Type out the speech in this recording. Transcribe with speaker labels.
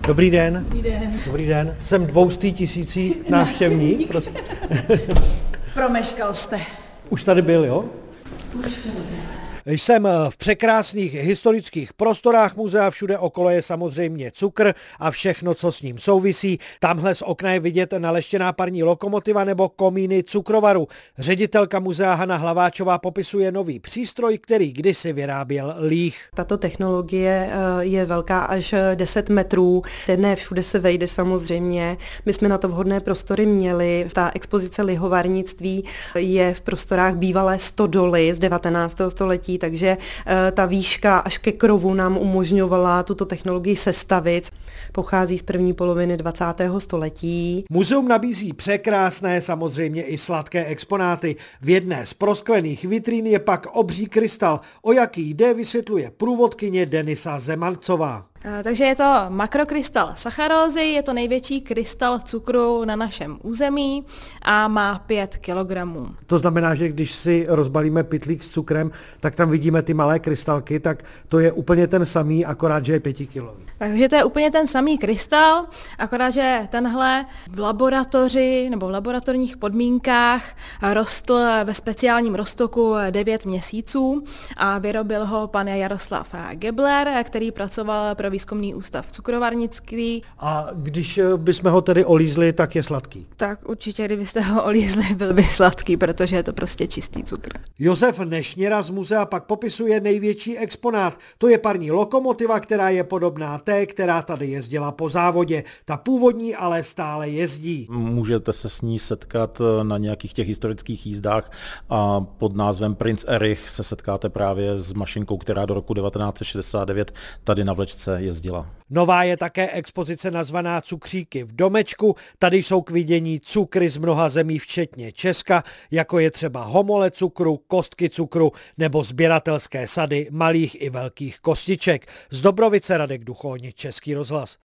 Speaker 1: Dobrý den.
Speaker 2: Dobrý den.
Speaker 1: Dobrý den. Jsem 200 000 návštěvník. Prosím.
Speaker 2: Promeškal jste.
Speaker 1: Už tady byl, jo?
Speaker 2: Už tady byl.
Speaker 1: Jsem v překrásných historických prostorách muzea, všude okolo je samozřejmě cukr a všechno, co s ním souvisí. Tamhle z okna je vidět naleštěná parní lokomotiva nebo komíny cukrovaru. Ředitelka muzea Hana Hlaváčová popisuje nový přístroj, který kdysi vyráběl líh.
Speaker 3: Tato technologie je velká až 10 metrů, ne všude se vejde samozřejmě. My jsme na to vhodné prostory měli. Ta expozice lihovarnictví je v prostorách bývalé stodoly z 19. století, takže ta výška až ke krovu nám umožňovala tuto technologii sestavit. Pochází z první poloviny 20. století.
Speaker 1: Muzeum nabízí překrásné, samozřejmě i sladké exponáty. V jedné z prosklených vitrín je pak obří krystal. O jaký jde, vysvětluje průvodkyně Denisa Zemancová.
Speaker 4: Takže je to makrokrystal sacharózy, je to největší krystal cukru na našem území a má 5 kilogramů.
Speaker 1: To znamená, že když si rozbalíme pytlík s cukrem, tak tam vidíme ty malé krystalky, tak to je úplně ten samý, akorát, že je 5 kilový.
Speaker 4: Takže to je úplně ten samý krystal, akorát, že tenhle v laboratoři nebo v laboratorních podmínkách rostl ve speciálním roztoku 9 měsíců a vyrobil ho pan Jaroslav Gebler, který pracoval pro Výzkumný ústav cukrovarnictví.
Speaker 1: A když bychom ho tedy olízli, tak je sladký?
Speaker 4: Tak určitě, kdybyste ho olízli, byl by sladký, protože je to prostě čistý cukr.
Speaker 1: Josef Nešněra z muzea pak popisuje největší exponát. To je parní lokomotiva, která je podobná té, která tady jezdila po závodě. Ta původní ale stále jezdí.
Speaker 5: Můžete se s ní setkat na nějakých těch historických jízdách a pod názvem Princ Erich se setkáte právě s mašinkou, která do roku 1969 tady na vlečce jezdila.
Speaker 1: Nová je také expozice nazvaná Cukříky v domečku. Tady jsou k vidění cukry z mnoha zemí, včetně Česka, jako je třeba homole cukru, kostky cukru nebo sběratelské sady malých i velkých kostiček. Z Dobrovice Radek Duchoň, Český rozhlas.